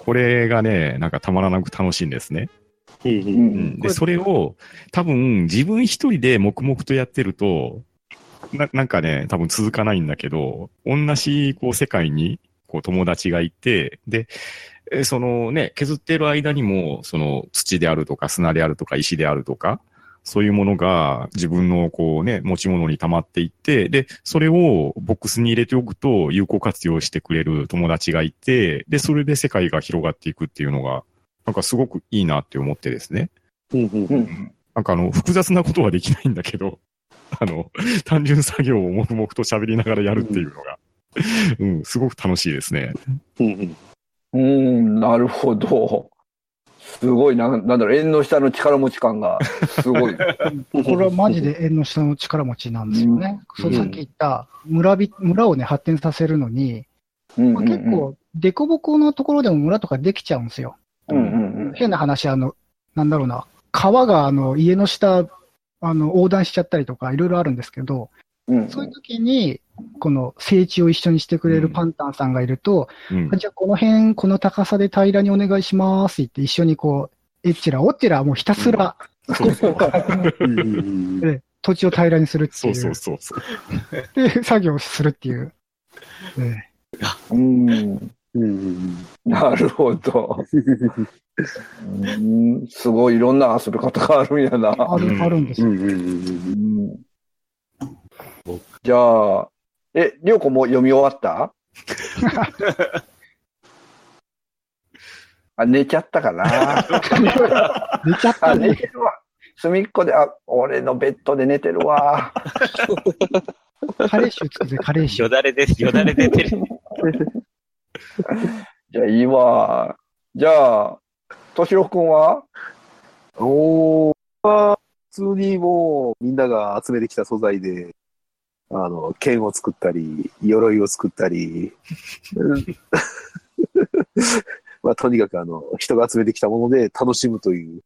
これがね、なんかたまらなく楽しいんですね。 うんうんうん、で、それを多分自分一人で黙々とやってると、な、なんかね、多分続かないんだけど、同じこう世界にこう友達がいて、で、えそのね、削っている間にも、その土であるとか砂であるとか石であるとか、そういうものが自分のこうね、持ち物に溜まっていって、で、それをボックスに入れておくと有効活用してくれる友達がいて、で、それで世界が広がっていくっていうのが、なんかすごくいいなって思ってですね。 うんうんうん。 なんかあの、複雑なことはできないんだけど、あの、単純作業を黙々と喋りながらやるっていうのが、うん、すごく楽しいですね。 うんうんうーん、なるほど。すごいな、なんだろう、縁の下の力持ち感が、すごい。 これはマジで縁の下の力持ちなんですよね。 うんそうさっき言った村び、村をね、発展させるのに、 うんまあ、結構、デコボコのところでも村とかできちゃうんですよ。 うんうん変な話、あの、なんだろうな、川があの家の下、あの、横断しちゃったりとか、いろいろあるんですけど、 うん。 そういう時に、この整地を一緒にしてくれるパンタンさんがいると、 うんあじゃあこの辺、この高さで平らにお願いしますって一緒にこう、えっちらおっちらもうひたすら、 そうそう。 うんうんで土地を平らにするってそいうう、 そうそうそう。 で、作業をするっていう。えうん。 うんうんなるほど。うん、すごいいろんな遊び方があるんやな。 ある、 うんあるんですよ。 うんうんうんじゃあ、え、りょうこも読み終わったあ、寝ちゃったかな。 寝ちゃったあ、寝ね。 てるわ。隅っこで、あ、俺のベッドで寝てるわ。 カレー臭つくぜ、カレー臭よ。だれで、よだれ出てる。 じゃあいいわ。じゃあ、としろくんはおー、普通にもうみんなが集めてきた素材で、あの、剣を作ったり、鎧を作ったり、うんまあ、とにかくあの、人が集めてきたもので楽しむという。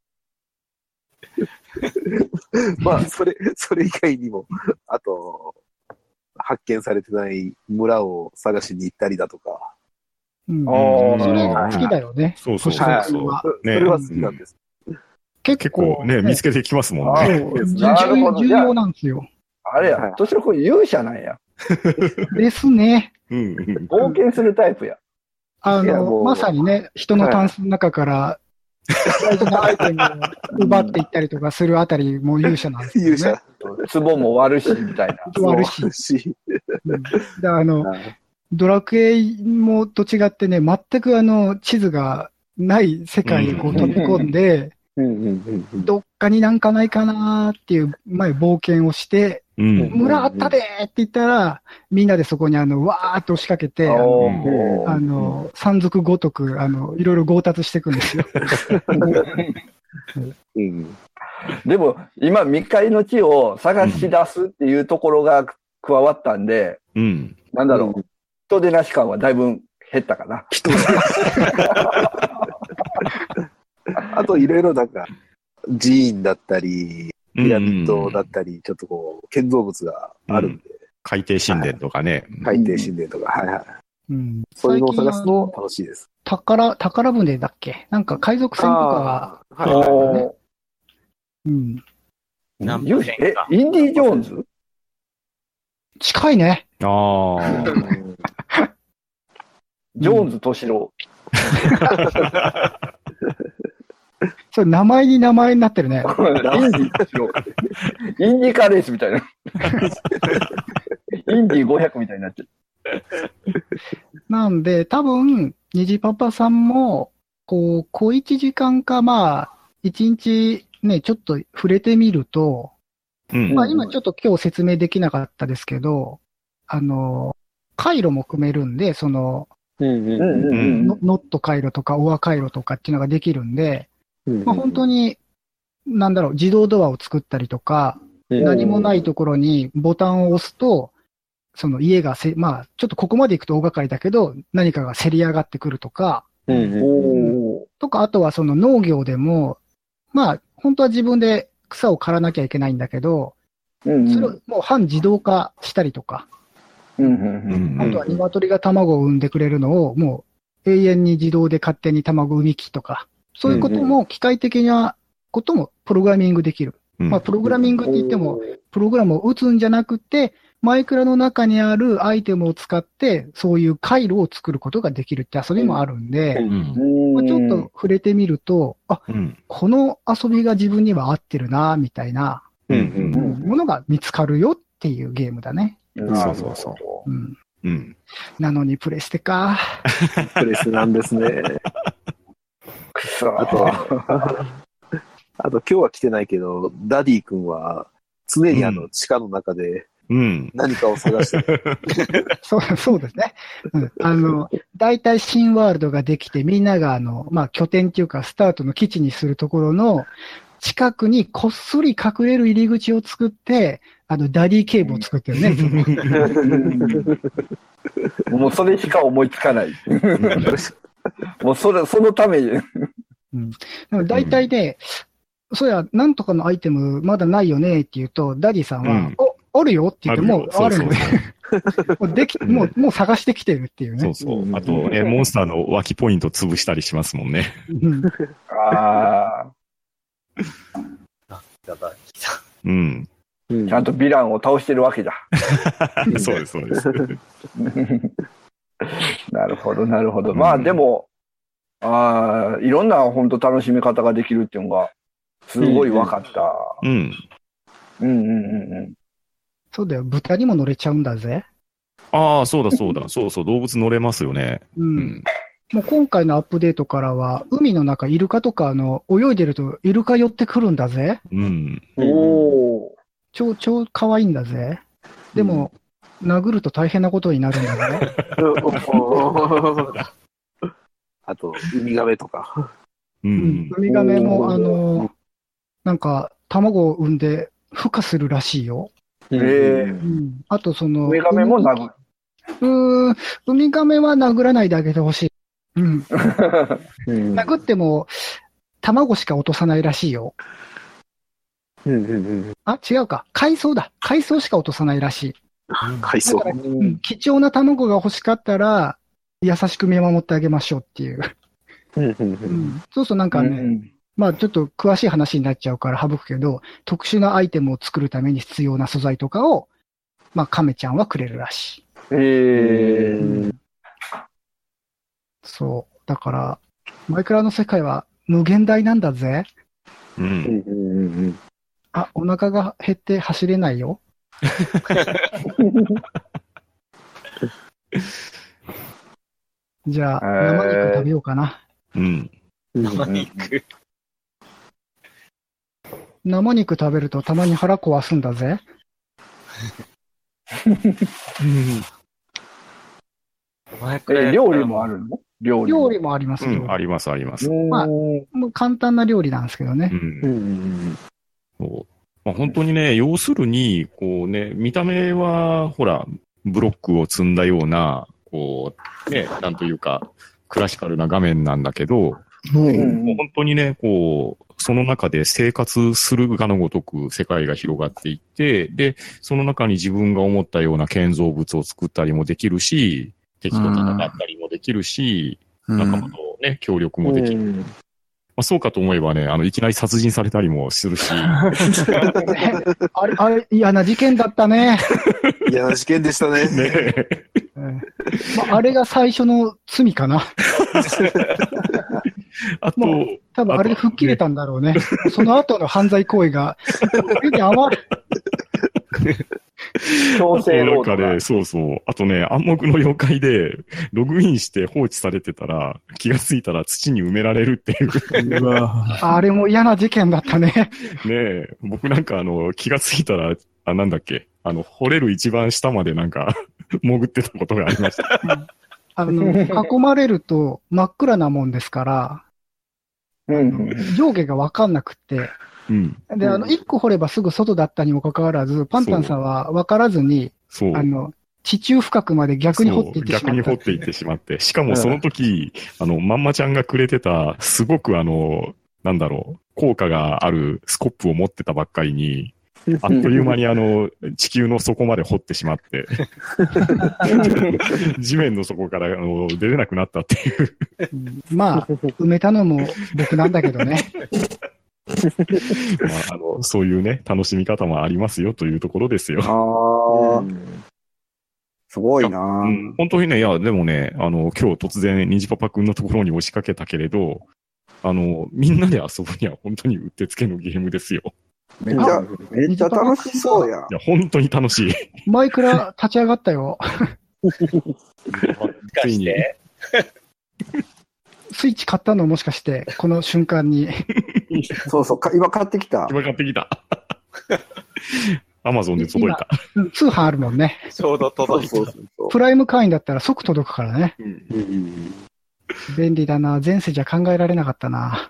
まあ、それ、それ以外にも、あと、発見されてない村を探しに行ったりだとか。 うん。 あーそれ好きだよね。 そうそう星野君はそねそれは好きなんです。 結結構構ね、見つけてきますもんあね。 そうなるほど重要なんですよ。 あれや、としろくん勇者なんや。 ですね。 うんうん。 冒険するタイプや。 あいやもうの、まさにね、人のタンスの中から、大事なアイテムを奪っていったりとかするあたりも勇者なんですよね。 勇者。 壺も割るし、みたいな。 悪し。 し。 うんであの、ドラクエもと違ってね、全くあの、地図がない世界にこう飛び込んで、 うんうんうんうんどっかになんかないかなーっていう前冒険をして、 うん。 村あったでーって言ったら、みんなでそこにあの、わーっと押しかけて、あの、 おーあの山賊ごとく、あの、いろいろ強奪していくんですよ。 うんでも、今、未開の地を探し出すっていうところが加わったんで、 うん。 なんだろう、人手なし感はだいぶ減ったかな。 あといろいろなんか、寺院だったり、ピラミッドだうんったり、ちょっとこう、建造物があるんで、 海底神殿とかね。 海底神殿とか、はいはい。 うん、 そういうのを探すの最近あの楽しいです。 宝、宝船だっけなんか海賊船とかが、 あーはいはいはい。 おうん、 何勇者え、インディ・ジョーンズ近いね。 ああ。 ジョーンズ敏郎。 それ名前に名前になってるね。 インディ敏郎。インディカーレースみたいな。インディごひゃくみたいになっちゃう。 なんで、多分、虹パパさんも、こう、小一時間か、まあ、一日ね、ちょっと触れてみると、 うん。 まあ今ちょっと今日説明できなかったですけど、あの、回路も組めるんで、その、 うんうんうんうん。 ノノット回路とかオア回路とかっていうのができるんで、 うんまあ本当に、なんだろう、自動ドアを作ったりとか、 うん何もないところにボタンを押すと、その家がせ、まあちょっとここまで行くと大掛かりだけど、何かがせり上がってくるとか、 うんうんおーとか、あとはその農業でも、まあ本当は自分で草を刈らなきゃいけないんだけど、 うんうんそれをもう半自動化したりとか、 うんうんうんあとは鶏が卵を産んでくれるのをもう永遠に自動で勝手に卵産み機とか、そういうことも機械的なこともプログラミングできる。 うんまあ、プログラミングって言っても、プログラムを打つんじゃなくて、マイクラの中にあるアイテムを使って、そういう回路を作ることができるって遊びもあるんで、 うんまあ、ちょっと触れてみると、あ、 うんこの遊びが自分には合ってるな、みたいな、 うんうんものが見つかるよっていうゲームだね。 そうそうそううん、 うん。 なのにプレステか。 プレスなんですね。 くそあと、あと今日は来てないけど、ダディ君は常にあの地下の中でうん。 何かを探してる。 そう、そうですね。うん、あの、大体新ワールドができて、みんながあの、まあ、拠点っていうか、スタートの基地にするところの、近くにこっそり隠れる入り口を作って、あの、ダディケーブを作ってるね。 もうそれしか思いつかない。もうそれ、そのために。 うん、でも大体ね、そうや、なんとかのアイテムまだないよねって言うと、ダディさんは、 うんお、あるよって言って、もうあるので、 そうもうでき、もう、もう探してきてるっていうね。 そうそう。あと、ね、モンスターの脇ポイント潰したりしますもんね。 うんあだから来た。 うん。 うんあ、ちゃんとヴィランを倒してるわけだ。 そうです、そうです。 なるほど、なるほど。 うんまあでも、ああ、いろんな本当楽しみ方ができるっていうのが、すごい分かった。 うん。 うんうんうんうん。 そうだよ、豚にも乗れちゃうんだぜ。 ああ、そうだ、そうだ。そうそう、動物乗れますよね。 う。 うんん。 もう今回のアップデートからは、海の中、イルカとか、あの、泳いでると、イルカ寄ってくるんだぜ。 うん。 おー。 超、超可愛いんだぜ。でも、殴ると大変なことになるんだぜ。 あと、ウミガメとか。 ううんん。 ウミガメも、あの、なんか、卵を産んで、孵化するらしいよ。 えうん。あと、その、 ウミガメも殴る。 うーん、ウミガメは殴らないであげてほしい。うん。 うん殴っても、卵しか落とさないらしいよ。 うんうんうんあ、違うか。海藻だ。海藻しか落とさないらしい。 海藻だからうん、貴重な卵が欲しかったら、優しく見守ってあげましょうっていう。 うんうんううんん、そうそうなんかね、 うんまあちょっと詳しい話になっちゃうから省くけど、特殊なアイテムを作るために必要な素材とかを、まあ亀ちゃんはくれるらしい。 えー、 そう。だから、マイクラの世界は無限大なんだぜ。 う。 うんんうんうんあ、お腹が減って走れないよ。じゃあ、 えー生肉食べようかな。 うん。 うん生肉。 生肉食べるとたまに腹壊すんだぜ。 お前くらいえ料理もあるの料理も。 料理もありますよ。 うん。あります、あります。 まあもう簡単な料理なんですけどねう。。 うんんうんそうまあ、本当にね、要するに、こうね、見た目は、ほら、ブロックを積んだような、こう、ね、なんというか、クラシカルな画面なんだけど、 うんもう本当にね、こう、その中で生活するがのごとく世界が広がっていって、で、その中に自分が思ったような建造物を作ったりもできるし、敵と戦ったりもできるし、仲間とね、協力もできる。まあ、そうかと思えばね、あの、いきなり殺人されたりもするし、 あれ、あれ、嫌な事件だったね。 うん。嫌な事件でしたね。 ね、 うんまあ、あれが最初の罪かな。 あと、 も多分あれで吹っ切れたんだろうね。その後の犯罪行為が、手に余る。 強制なん労働がかね、そうそう。あとね、暗黙の了解で、ログインして放置されてたら、気がついたら土に埋められるっていう。 うわあれも嫌な事件だったね。 ねえ、僕なんかあの、気がついたら、あ、なんだっけ、あの、掘れる一番下までなんか、潜ってたことがありました。 あの、囲まれると真っ暗なもんですから、 うん上下がわかんなくって。 うん。 で、あの、一個掘ればすぐ外だったにもかかわらず、パンタンさんはわからずに、 そう。 あの、地中深くまで逆に掘っていってしまった。 そう逆に掘っていってしまって。しかもその時、あの、まんまちゃんがくれてた、すごくあの、なんだろう、効果があるスコップを持ってたばっかりに、 あっという間にあの、地球の底まで掘ってしまって、地面の底からあの出れなくなったっていう。 まあ、埋めたのも僕なんだけどね。 まあ、あのそういうね、楽しみ方もありますよというところですよ。 ああ、うん、すごいな、 うん、本当にね、いや、でもね、あの、今日突然、虹パパくんのところに押しかけたけれど、あの、みんなで遊ぶには本当にうってつけのゲームですよ。 めっちゃ、めっちゃ楽しそうや。いや、本当に楽しい。 マイクラ立ち上がったよ。 ついに。 スイッチ買ったのもしかして、この瞬間に。 そうそう、今買ってきた。 今買ってきた。アマゾンで届いた。 通販あるもんね。 ちょうど届いた。 プライム会員だったら即届くからね。うんうん、便利だな。前世じゃ考えられなかったな。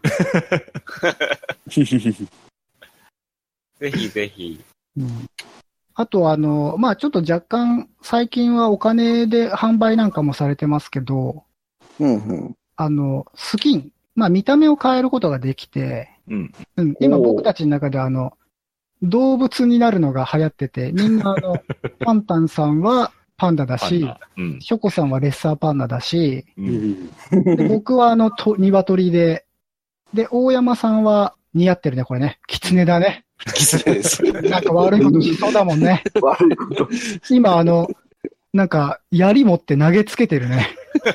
ぜひぜひ。 うん、あとあの、まあちょっと若干、最近はお金で販売なんかもされてますけど、 うんうん、 あの、スキン、まあ見た目を変えることができて、うんうん、今僕たちの中であの、動物になるのが流行ってて、みんなあの、パンタンさんはパンダだし、うん、ショコさんはレッサーパンダだし、うん、で僕はあの、と、鶏で、で、大山さんは似合ってるね、これね。狐だね。 狐です。 なんか悪いことしそうだもんね。 悪いこと。 今あの、なんか、槍持って投げつけてるね。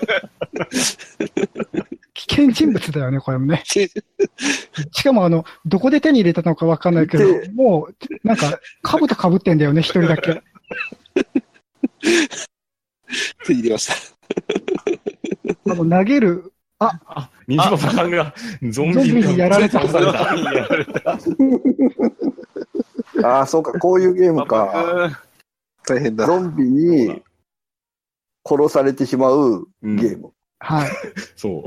危険人物だよね、これもね。しかもあの、どこで手に入れたのかわかんないけど、もう、なんか、兜被ってんだよね、一人だけ。 手に入れました。 あの、投げる、あ、 あ、虹パパさんがゾンビにやられた。 ああ、そうか、こういうゲームか。 大変だ。 ゾンビに殺されてしまうゲーム。 うん、はい。 そう。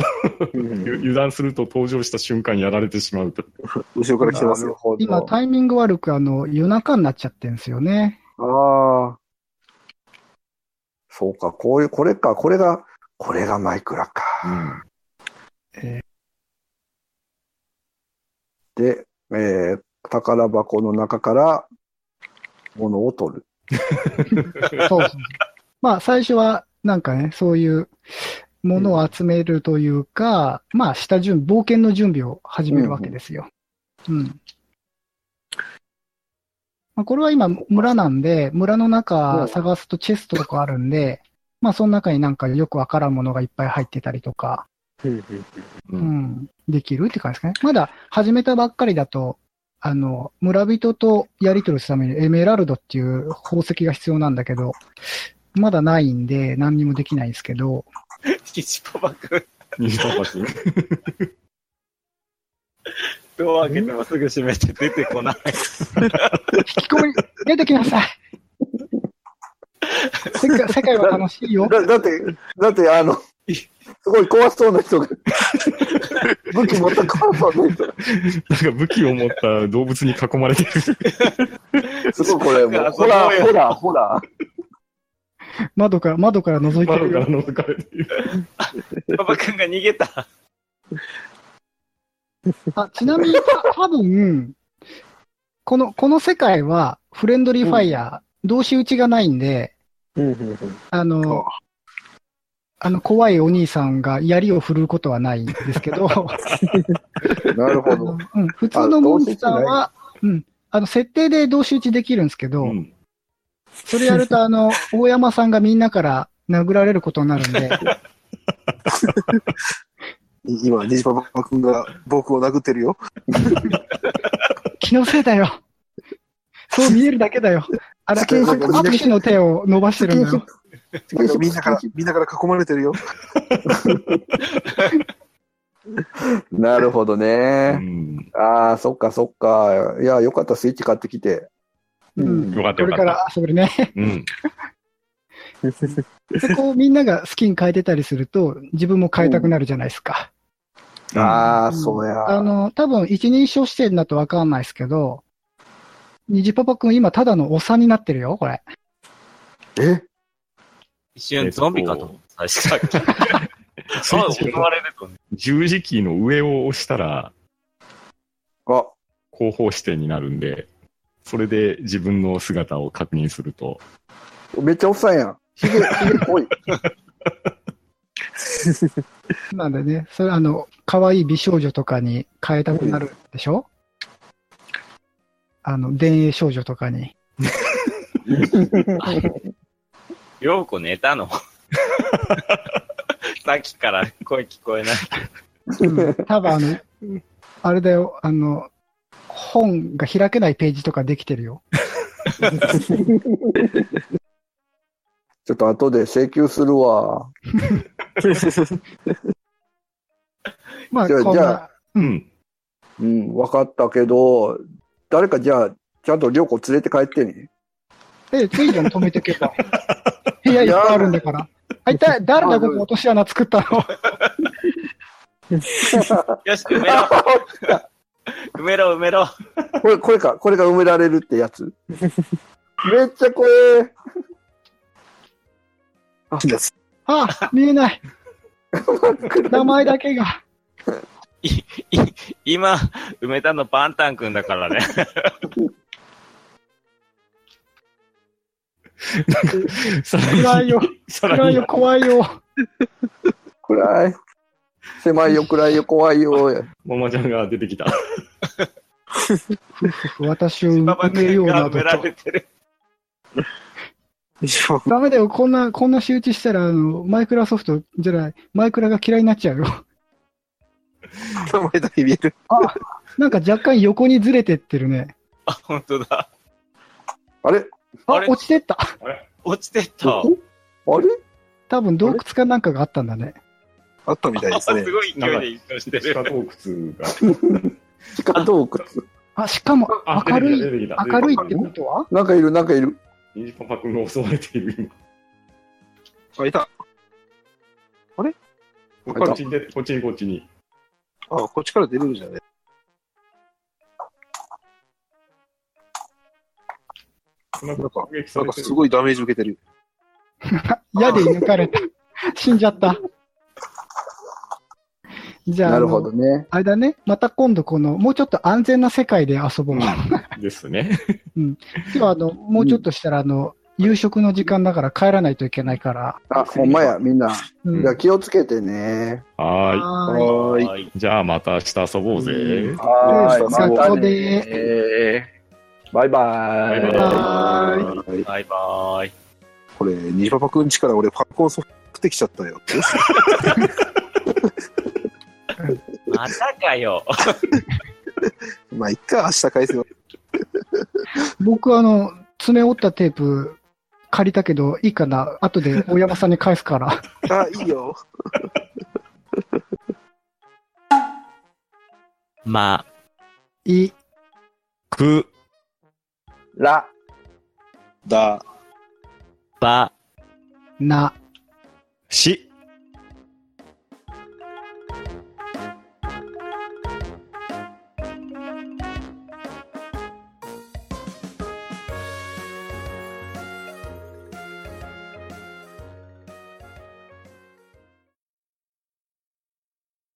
油断すると登場した瞬間やられてしまうと。 後ろから来てますよ。 今タイミング悪くあの、夜中になっちゃってんですよね。 ああ。そうか、こういう、これか、これが、これがマイクラか。うんえー、で、えー、宝箱の中から物を取る。 そうそう。まあ最初はなんかね、そういうものを集めるというか、うん、まあ下準備、冒険の準備を始めるわけですよ。うん、うんまあ、これは今村なんで、村の中探すとチェストとかあるんで、まあその中になんかよくわからんものがいっぱい入ってたりとか、うんうん、できるって感じですかね。まだ始めたばっかりだと、あの、村人とやり取りするためにエメラルドっていう宝石が必要なんだけど、まだないんで何にもできないんですけど。 西パパくん。 西パパくん。 ドア開けてもすぐ閉めて出てこない。 引きこもり、出てきなさい。世界、世界は楽しいよ。 だ、だって、だってあの、すごい怖そうな人が、武器持った怖そうな人が。 なんか武器を持った動物に囲まれてる。 すごいこれ、もう、ほら、ほら、ほら。 窓から、窓から覗いてる。 窓から覗かれてる。 パパくんが逃げた。 あ、ちなみに、多分、この、この世界は、フレンドリーファイヤー、うん、同士打ちがないんで、あの、あの、怖いお兄さんが槍を振るうことはないんですけど、 なるほど。 うん、普通のモンスターは、うん、あの、設定で同士打ちできるんですけど、うん、それやると、あの、大山さんがみんなから殴られることになるんで、 今、虹パパくんが僕を殴ってるよ。 気のせいだよ。そう見えるだけだよ。あれ、握手の手を伸ばしてるんだよ。 みんなから、みんなから囲まれてるよ。 なるほどね。うん、ああ、そっかそっか。いや、よかった、スイッチ買ってきて。 うん。よかったよかった。これから遊べるね。うん。で、こう、みんながスキン変えてたりすると、自分も変えたくなるじゃないですか。 うん、ああ、そうや。 あの、多分一人称視点だとわかんないですけど、虹パパくん今ただのおっさんになってるよ、これ。 え一瞬ゾンビかと思った。最初だっけ。そう、襲われるとね。 十字キーの上を押したら、 あ、 後方視点になるんで、 それで自分の姿を確認すると。 めっちゃおっさんやん。ひげ、ひげっぽい。 なんでね、それあの、可愛い美少女とかに変えたくなるでしょ、あの、電影少女とかに。 ようこ寝たのさっきから声聞こえない。 うん、多分あの、あれだよ、あの、本が開けないページとかできてるよ。 ちょっと後で請求するわ。 まあ、 じゃあこんなじゃあ、 う。 うんん。 うん、わかったけど、誰かじゃあ、ちゃんと涼子連れて帰ってね。 え、ついじゃん止めてけば。部屋いっぱいあるんだから。あ、一体誰だここ落とし穴作ったの？ よし、埋めろ。埋めろ、埋めろ。 これ、これか、これが埋められるってやつ。めっちゃ怖え。 あ、です。 あ、見えない。名前だけが。 い、い、今、埋めたのパンタンくんだからね。 さらに、 暗いよ。 さらに暗いよ、、怖いよ。 暗い。狭いよ、暗いよ、怖いよ。 ママちゃんが出てきた。 私をママく埋めようなどんが埋めらと。 れてる。 ダメだよ、こんな、こんな仕打ちしたら、あの、マイクラソフトじゃない、マイクラが嫌いになっちゃうよ。 名前だけ見える。 あ、なんか若干横にずれてってるね。 あ、本当だ。 あれあ、 あれ落ちてった。 落ちてった。 あれ多分洞窟かなんかがあったんだね。 あったみたいですねす。ごい勢いで一緒して地下る。 洞窟が。 地下洞窟。 あ、しかもあ明るい、 出てきた出てきた明るいってことはなんかいる、なんかいる。 ニジパパ君が襲われている今。 あ、いた。 こっちに出て、こっちにこっちに。 あ、こっちから出れるじゃね。 なんなんか攻撃さなんかれてるすごいダメージ受けてる。 矢で抜かれた。死んじゃった。じゃあ、 なるほあのどね。 あれだね。また今度この、もうちょっと安全な世界で遊ぼう。 ですね。 今日はあの、もうちょっとしたらあの、夕食の時間だから帰らないといけないから。 あ、ほんまや、みんな。 うんじゃあ気をつけてね。 はーい。 はーい。 はーい。 はい。 じゃあまた明日遊ぼうぜ。 はーい。 うんまたここねでバイバイ。 バイバイはーい。 はいバイバイ。 これ、ニジパパくんちから俺ファミコンソフト送ってきちゃったよ。どうしよまたかよ。 うまあ、いっか、明日返せよ。 僕あの、爪折ったテープ借りたけど、いいかな後で大山さんに返すから。 あ、いいよ。 ま、 い、 く、 ら。 だ。 ば、 な。 し、